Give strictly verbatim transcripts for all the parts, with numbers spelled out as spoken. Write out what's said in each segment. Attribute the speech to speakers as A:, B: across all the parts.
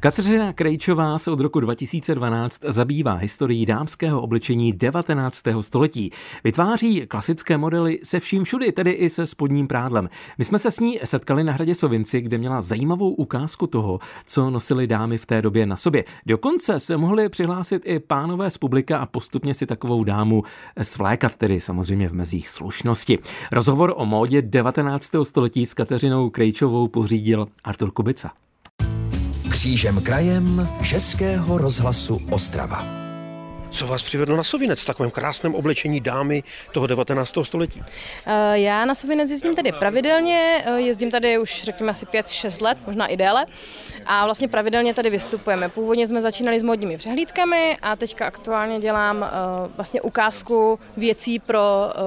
A: Kateřina Krejčová se od roku dva tisíce dvanáct zabývá historií dámského oblečení devatenáctého století. Vytváří klasické modely se vším všudy, tedy i se spodním prádlem. My jsme se s ní setkali na hradě Sovinci, kde měla zajímavou ukázku toho, co nosily dámy v té době na sobě. Dokonce se mohli přihlásit i pánové z publika a postupně si takovou dámu svlékat, tedy samozřejmě v mezích slušnosti. Rozhovor o módě devatenáctého století s Kateřinou Krejčovou pořídil Artur Kubica.
B: Křížem krajem Českého rozhlasu Ostrava.
C: Co vás přivedlo na Sovinec v takovém krásném oblečení dámy toho devatenáctého století?
D: Já na Sovinec jezdím tady pravidelně, jezdím tady už řekněme asi pět šest let, možná i déle. A vlastně pravidelně tady vystupujeme. Původně jsme začínali s módními přehlídkami a teďka aktuálně dělám vlastně ukázku věcí pro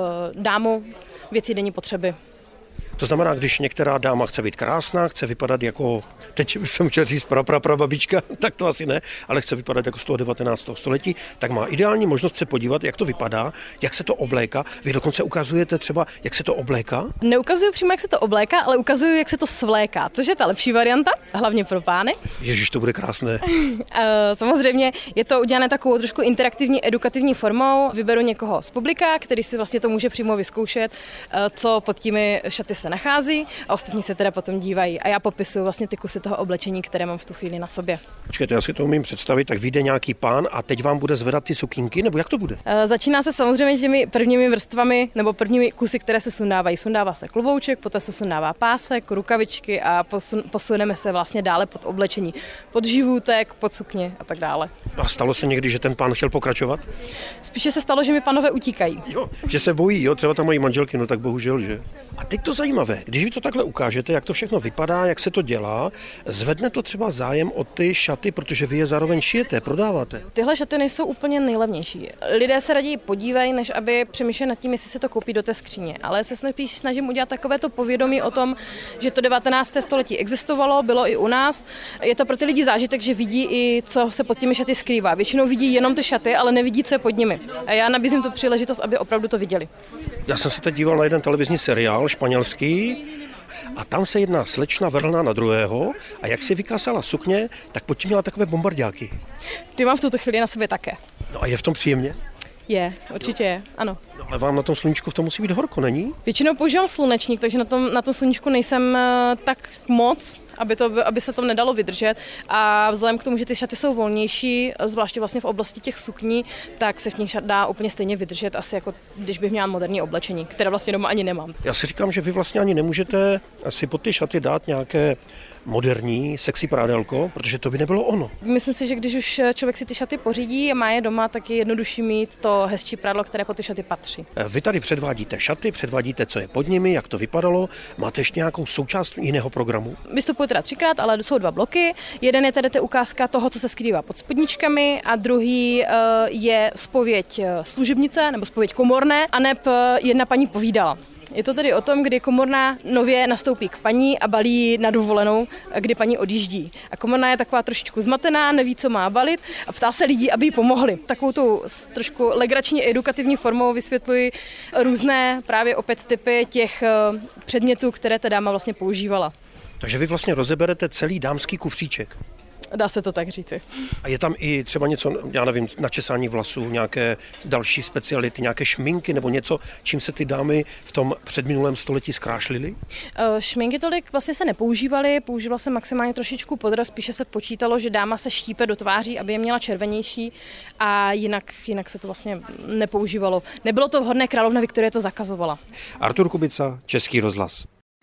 D: dámu, věcí denní potřeby.
C: To znamená, když některá dáma chce být krásná, chce vypadat jako, teď jsem chtěl říct prapraprababička, tak to asi ne, ale chce vypadat jako z toho devatenáctého století, tak má ideální možnost se podívat, jak to vypadá, jak se to obléká. Vy dokonce ukazujete třeba, jak se to obléká?
D: Neukazuju přímo, jak se to obléká, ale ukazuju, jak se to svléká, což je ta lepší varianta, hlavně pro pány.
C: Ježiš, to bude krásné.
D: Samozřejmě je to udělané takovou trošku interaktivní, edukativní formou. Vyberu někoho z publika, který si vlastně to může přímo vyzkoušet, co pod těmi šaty se nachází a ostatní se teda potom dívají. A já popisuju vlastně ty kusy toho oblečení, které mám v tu chvíli na sobě.
C: Počkejte, já si to umím představit, tak vyjde nějaký pán a teď vám bude zvedat ty sukínky, nebo jak to bude?
D: Začíná se samozřejmě těmi prvními vrstvami nebo prvními kusy, které se sundávají. Sundává se klobouček, poté se sundává pásek, rukavičky a posun, posuneme se vlastně dále pod oblečení, pod živůtek, pod sukně a tak dále.
C: A stalo se někdy, že ten pán chtěl pokračovat?
D: Spíše se stalo, že mi pánové utíkají.
C: Jo, že se bojí, jo, třeba tam mají manželky, no tak bohužel, že. A teď to zajímavé, když vy to takhle ukážete, jak to všechno vypadá, jak se to dělá, zvedne to třeba zájem o ty šaty, protože vy je zároveň šijete, prodáváte.
D: Tyhle šaty nejsou úplně nejlevnější. Lidé se raději podívají, než aby přemýšleli nad tím, jestli se to koupí do té skříně. Ale se spíš snažím udělat takové to povědomí o tom, že to devatenácté století existovalo, bylo i u nás. Je to pro ty lidi zážitek, že vidí i, co se pod těmi šaty skrývá. Většinou vidí jenom ty šaty, ale nevidí, co je pod nimi. A já nabízím tu příležitost, aby opravdu to viděli.
C: Já jsem se teď díval na jeden televizní seriál španělský a tam se jedna slečna vrhla na druhého a jak si vykásala sukně, tak pod tím měla takové bombardáky.
D: Ty mám v tuto chvíli na sobě také.
C: No a je v tom příjemně?
D: Je, určitě je, ano.
C: No, ale vám na tom sluníčku v tom musí být horko, není?
D: Většinou používám slunečník, takže na tom, na tom sluníčku nejsem tak moc, aby, to, aby se to nedalo vydržet. A vzhledem k tomu, že ty šaty jsou volnější, zvláště vlastně v oblasti těch sukní, tak se v nich dá úplně stejně vydržet, asi jako když bych měla moderní oblečení, které vlastně doma ani nemám.
C: Já si říkám, že vy vlastně ani nemůžete si pod ty šaty dát nějaké moderní, sexy prádelko, protože to by nebylo ono.
D: Myslím si, že když už člověk si ty šaty pořídí a má je doma, tak je jednodušší mít to hezčí prádlo, které pod ty šaty patří.
C: Vy tady předvádíte šaty, předvádíte, co je pod nimi, jak to vypadalo. Máte ještě nějakou součást jiného programu?
D: Vystupuji teda třikrát, ale jsou dva bloky. Jeden je tedy ukázka toho, co se skrývá pod spodničkami, a druhý je zpověď služebnice nebo zpověď komorné, aneb jedna paní povídala. Je to tedy o tom, kdy komorná nově nastoupí k paní a balí na dovolenou, kdy paní odjíždí. A komorná je taková trošičku zmatená, neví, co má balit a ptá se lidí, aby jí pomohli. Takovou tu trošku legrační edukativní formou vysvětluji různé právě opět typy těch předmětů, které ta dáma vlastně používala.
C: Takže vy vlastně rozeberete celý dámský kufříček.
D: Dá se to tak říci.
C: A je tam i třeba něco, já nevím, načesání vlasů, nějaké další speciality, nějaké šminky nebo něco, čím se ty dámy v tom předminulém století zkrášlily?
D: Šminky tolik vlastně se nepoužívaly, používala se maximálně trošičku podraz, spíše se počítalo, že dáma se štípe do tváří, aby je měla červenější, a jinak, jinak se to vlastně nepoužívalo. Nebylo to vhodné, královna Viktorie to zakazovala.
C: Artur Kubica, Český rozhlas.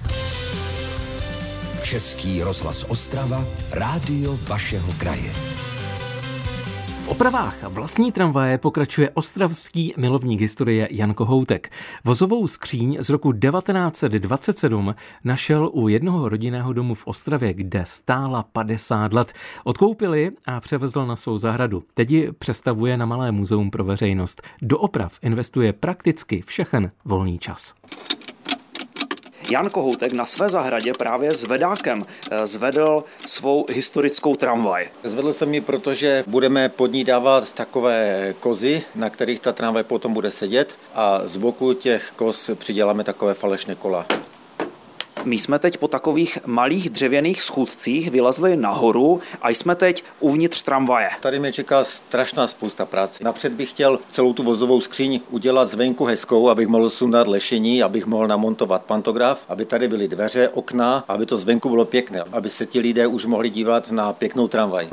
B: Český rozhlas Ostrava, rádio vašeho kraje.
A: V opravách vlastní tramvaje pokračuje ostravský milovník historie Jan Kohoutek. Vozovou skříň z roku devatenáct set dvacet sedm našel u jednoho rodinného domu v Ostravě, kde stála padesát let. Odkoupili a převezl na svou zahradu. Teď ji přestavuje na malé muzeum pro veřejnost. Do oprav investuje prakticky všechen volný čas.
E: Jan Kohoutek na své zahradě právě s vedákem zvedl svou historickou tramvaj.
F: Zvedl jsem ji, protože budeme pod ní dávat takové kozy, na kterých ta tramvaj potom bude sedět, a z boku těch koz přiděláme takové falešné kola.
E: My jsme teď po takových malých dřevěných schůdcích vylezli nahoru a jsme teď uvnitř tramvaje.
F: Tady mě čeká strašná spousta práce. Napřed bych chtěl celou tu vozovou skříň udělat zvenku hezkou, abych mohl sundat lešení, abych mohl namontovat pantograf, aby tady byly dveře, okna, aby to zvenku bylo pěkné, aby se ti lidé už mohli dívat na pěknou tramvaj.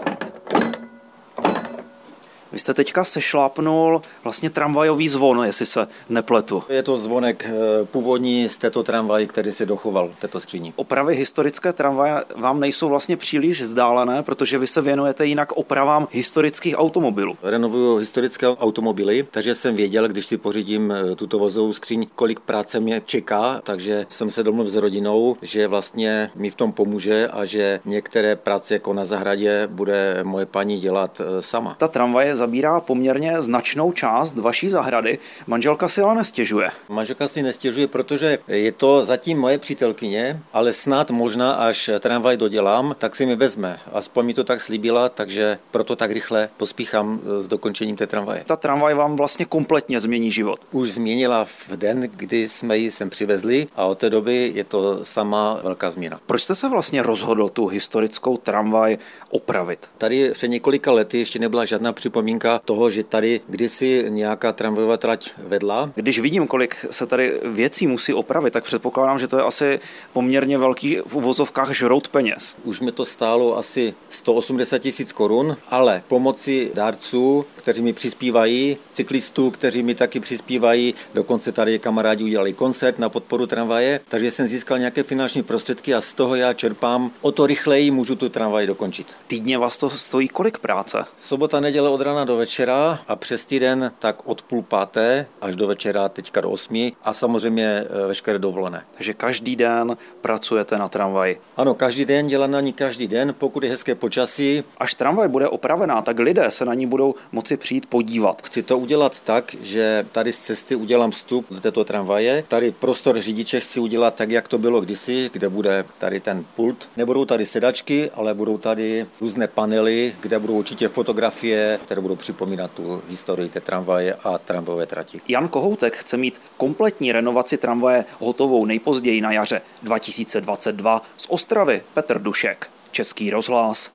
E: Vy jste teďka sešlápnul vlastně tramvajový zvon, jestli se nepletu.
F: Je to zvonek původní z této tramvaje, který se dochoval v této skříni.
E: Opravy historické tramvaje vám nejsou vlastně příliš vzdálené, protože vy se věnujete jinak opravám historických automobilů.
F: Renovuju historické automobily, takže jsem věděl, když si pořídím tuto vozovou skříň, kolik práce mě čeká, takže jsem se domluvil s rodinou, že vlastně mi v tom pomůže a že některé práce jako na zahradě bude moje paní dělat sama.
E: Ta tramvaje zabírá poměrně značnou část vaší zahrady. Manželka si ale nestěžuje.
F: Manželka si nestěžuje, protože je to zatím moje přítelkyně, ale snad možná, až tramvaj dodělám, tak si mi vezme. Aspoň mi to tak slíbila, takže proto tak rychle pospíchám s dokončením té tramvaje.
E: Ta tramvaj vám vlastně kompletně změní život.
F: Už změnila v den, kdy jsme ji sem přivezli a od té doby je to sama velká změna.
E: Proč jste se vlastně rozhodl tu historickou tramvaj opravit?
F: Tady před několika lety ještě nebyla žádná připomínka toho, že tady kdysi nějaká tramvajová trať vedla.
E: Když vidím, kolik se tady věcí musí opravit, tak předpokládám, že to je asi poměrně velký v uvozovkách žrout peněz.
F: Už mi to stálo asi sto osmdesát tisíc korun, ale pomocí dárců, kteří mi přispívají, cyklistů, kteří mi taky přispívají, dokonce tady kamarádi udělali koncert na podporu tramvaje, takže jsem získal nějaké finanční prostředky a z toho já čerpám, o to rychleji můžu tu tramvaj dokončit.
E: Týdně vás to stojí kolik práce?
F: Sobota, neděle od rána do večera a přes týden tak od půl páté až do večera, teďka do osmi a samozřejmě veškeré dovolené.
E: Takže každý den pracujete na tramvaji?
F: Ano, každý den, dělám na ní každý den, pokud je hezké počasí.
E: Až tramvaj bude opravená, tak lidé se na ní budou moci přijít podívat.
F: Chci to udělat tak, že tady z cesty udělám vstup do této tramvaje. Tady prostor řidiče chci udělat tak, jak to bylo kdysi, kde bude tady ten pult. Nebudou tady sedačky, ale budou tady různé panely, kde budou určitě fotografie, které budou připomínat tu historii té tramvaje a tramvajové trati.
E: Jan Kohoutek chce mít kompletní renovaci tramvaje hotovou nejpozději na jaře dva tisíce dvacet dva. Z Ostravy Petr Dušek, Český rozhlas.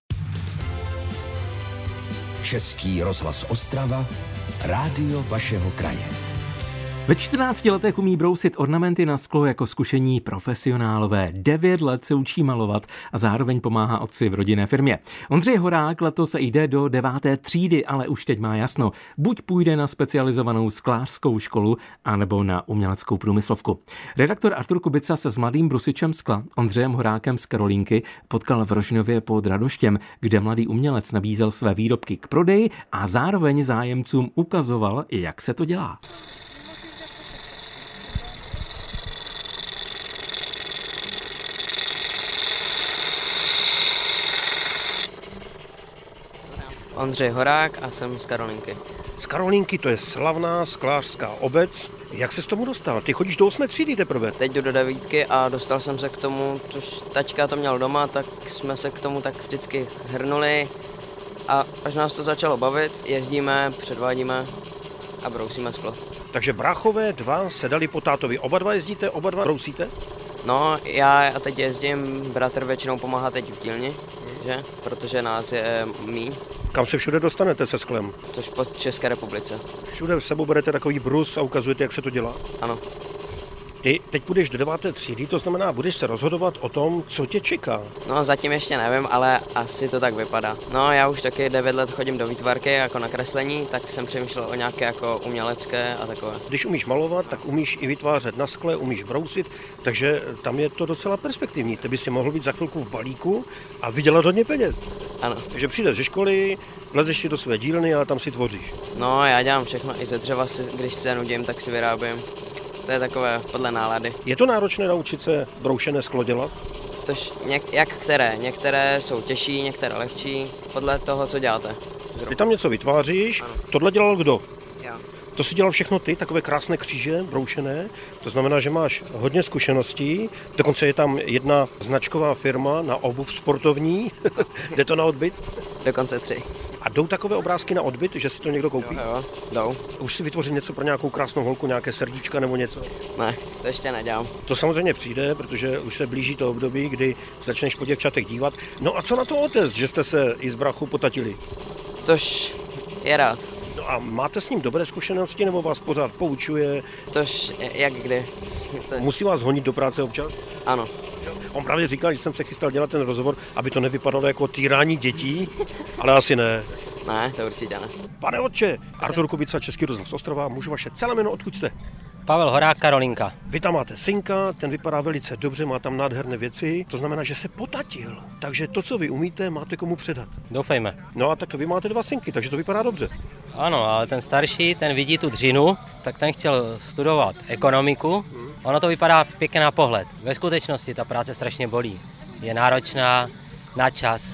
B: Český rozhlas Ostrava, rádio vašeho kraje.
A: Ve čtrnácti letech umí brousit ornamenty na sklo jako zkušení profesionálové. Devět let se učí malovat a zároveň pomáhá otci v rodinné firmě. Ondřej Horák letos jde do deváté třídy, ale už teď má jasno. Buď půjde na specializovanou sklářskou školu, anebo na uměleckou průmyslovku. Redaktor Artur Kubica se s mladým brusičem skla Ondřejem Horákem z Karolínky potkal v Rožnově pod Radoštěm, kde mladý umělec nabízel své výrobky k prodeji a zároveň zájemcům ukazoval, jak se to dělá.
G: Ondřej Horák a jsem z Karolínky.
C: Z Karolínky, to je slavná sklářská obec. Jak se s tomu dostal? Ty chodíš do osmé třídy teprve?
G: Teď jdu do devítky a dostal jsem se k tomu, tuž taťka to měl doma, tak jsme se k tomu tak vždycky hrnuli a až nás to začalo bavit, jezdíme, předvádíme a brousíme sklo.
C: Takže bráchové dva se dali po tátovi. Oba dva jezdíte, oba dva brousíte?
G: No, já a teď jezdím, bratr většinou pomáhá teď v dílně, že? Protože nás je míň.
C: Kam se všude dostanete se sklem?
G: Tož po České republice.
C: Všude v sebou berete takový brus a ukazujete, jak se to dělá?
G: Ano.
C: Ty teď půjdeš do deváté třídy, to znamená, budeš se rozhodovat o tom, co tě čeká.
G: No zatím ještě nevím, ale asi to tak vypadá. No já už taky devět let chodím do výtvarky jako na kreslení, tak jsem přemýšlel o nějaké jako umělecké a takové.
C: Když umíš malovat, tak umíš i vytvářet na skle, umíš brousit, takže tam je to docela perspektivní. Ty by si mohl být za chvilku v balíku a vydělat hodně peněz.
G: Ano.
C: Takže přijdeš ze školy, vlezeš si do své dílny a tam si tvoříš.
G: No já dělám všechno, i ze dřeva, si, když se nudím, tak si vyrábím. To je takové podle nálady.
C: Je to náročné naučit se broušené sklo dělat?
G: Tož něk, jak které? Některé jsou těžší, některé lehčí, podle toho, co děláte.
C: Ty tam něco vytváříš, ano. Tohle dělal kdo?
G: Já.
C: To si dělal všechno ty, takové krásné kříže, broušené. To znamená, že máš hodně zkušeností. Dokonce je tam jedna značková firma na obuv sportovní. Jde to na odbyt?
G: Dokonce tři.
C: A jdou takové obrázky na odbyt, že si to někdo koupí?
G: Jo, jo, jdou.
C: Už si vytvořit něco pro nějakou krásnou holku, nějaké srdíčka nebo něco?
G: Ne, to ještě nedělám.
C: To samozřejmě přijde, protože už se blíží to období, kdy začneš po děvčatech dívat. No a co na to otec, že jste se i z brachu potatili?
G: Tož je rád.
C: No a máte s ním dobré zkušenosti, nebo vás pořád poučuje?
G: Tož jak kdy. To...
C: Musí vás honit do práce občas?
G: Ano.
C: On právě říkal, že jsem se chystal dělat ten rozhovor, aby to nevypadalo jako týrání dětí, ale asi ne.
G: Ne, to určitě ne.
C: Pane otče, Artur Kubica, Český rozhlas Ostrava, můžu vaše celé jméno, odkud jste?
H: Pavel Horák, Karolinka.
C: Vy tam máte synka, ten vypadá velice dobře, má tam nádherné věci, to znamená, že se potatil. Takže to, co vy umíte, máte komu předat.
H: Doufejme.
C: No a tak vy máte dva synky, takže to vypadá dobře.
H: Ano, ale ten starší, ten vidí tu dřinu, tak ten chtěl studovat ekonomiku. Ono to vypadá pěkně na pohled. Ve skutečnosti ta práce strašně bolí. Je náročná na čas,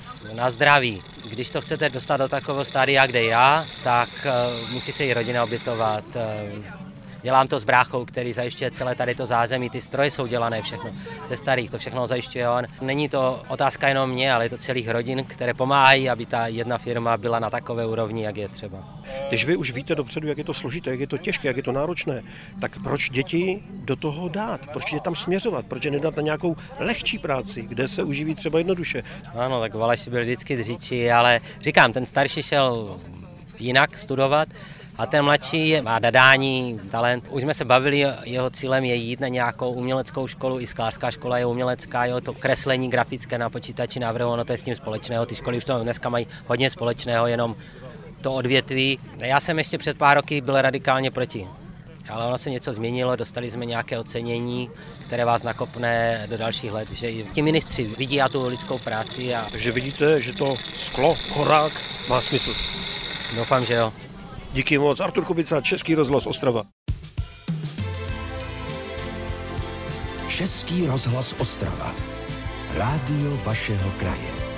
H: na zdraví. Když to chcete dostat do takového stádia, kde já, tak uh, musí se i rodina obětovat. Uh, Dělám to s bráchou, který zajišťuje celé tady to zázemí, ty stroje jsou dělané všechno ze starých, to všechno zajišťuje on. Není to otázka jenom mě, ale je to celých rodin, které pomáhají, aby ta jedna firma byla na takové úrovni, jak je třeba.
C: Když vy už víte dopředu, jak je to složité, jak je to těžké, jak je to náročné, tak proč děti do toho dát? Proč je tam směřovat? Proč je nedat na nějakou lehčí práci, kde se uživí třeba jednoduše?
H: Ano, tak Valaši byl vždycky dříčí, ale říkám, ten starší šel jinak studovat, a ten mladší má nadání, talent. Už jsme se bavili, jeho cílem je jít na nějakou uměleckou školu, i sklářská škola je umělecká, jo, to kreslení grafické na počítači návrhu, ono to je s tím společného, ty školy už to dneska mají hodně společného, jenom to odvětví. Já jsem ještě před pár roky byl radikálně proti, ale ono se něco změnilo, dostali jsme nějaké ocenění, které vás nakopne do dalších let, že ti ministři vidí a tu lidskou práci. A...
C: Takže vidíte, že to sklo, Horák má smysl.
H: Doufám, že jo.
C: Díky moc. Artur Kubica, Český rozhlas Ostrava.
B: Český rozhlas Ostrava. Rádio vašeho kraje.